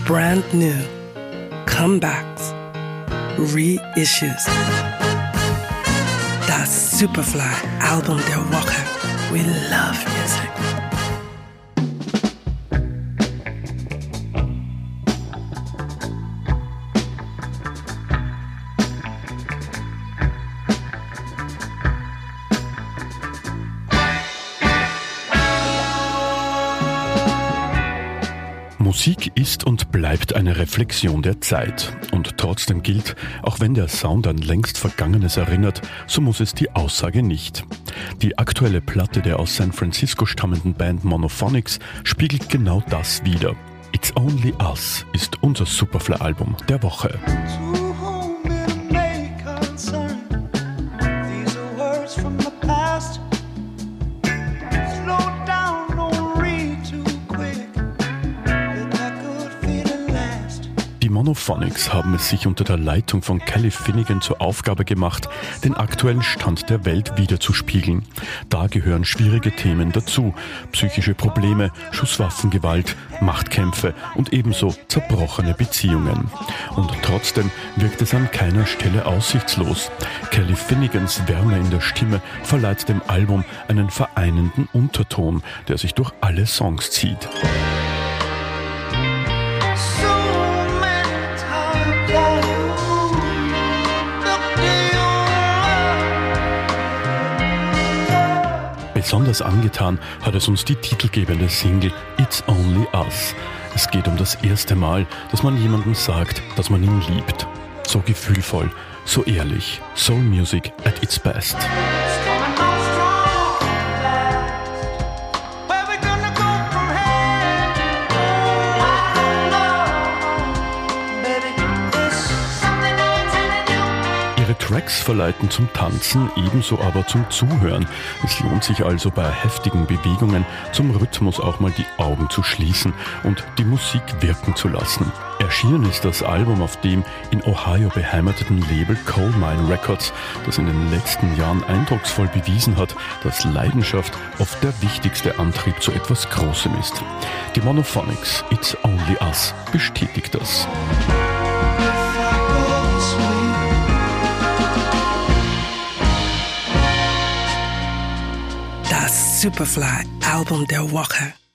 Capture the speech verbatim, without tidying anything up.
brand new, comebacks, reissues. Das Superfly-Album der Woche. We love music. Musik ist und bleibt eine Reflexion der Zeit. Und trotzdem gilt, auch wenn der Sound an längst Vergangenes erinnert, so muss es die Aussage nicht. Die aktuelle Platte der aus San Francisco stammenden Band Monophonics spiegelt genau das wider. It's Only Us ist unser Superfly-Album der Woche. Die Monophonics haben es sich unter der Leitung von Kelly Finnegan zur Aufgabe gemacht, den aktuellen Stand der Welt wiederzuspiegeln. Da gehören schwierige Themen dazu: psychische Probleme, Schusswaffengewalt, Machtkämpfe und ebenso zerbrochene Beziehungen. Und trotzdem wirkt es an keiner Stelle aussichtslos. Kelly Finnegans Wärme in der Stimme verleiht dem Album einen vereinenden Unterton, der sich durch alle Songs zieht. Besonders angetan hat es uns die titelgebende Single It's Only Us. Es geht um das erste Mal, dass man jemandem sagt, dass man ihn liebt. So gefühlvoll, so ehrlich. Soul Music at its best. Ihre Tracks verleiten zum Tanzen, ebenso aber zum Zuhören. Es lohnt sich also bei heftigen Bewegungen zum Rhythmus auch mal die Augen zu schließen und die Musik wirken zu lassen. Erschienen ist das Album auf dem in Ohio beheimateten Label Coal Mine Records, das in den letzten Jahren eindrucksvoll bewiesen hat, dass Leidenschaft oft der wichtigste Antrieb zu etwas Großem ist. Die Monophonics It's Only Us bestätigt das. Das Superfly-Album der Woche.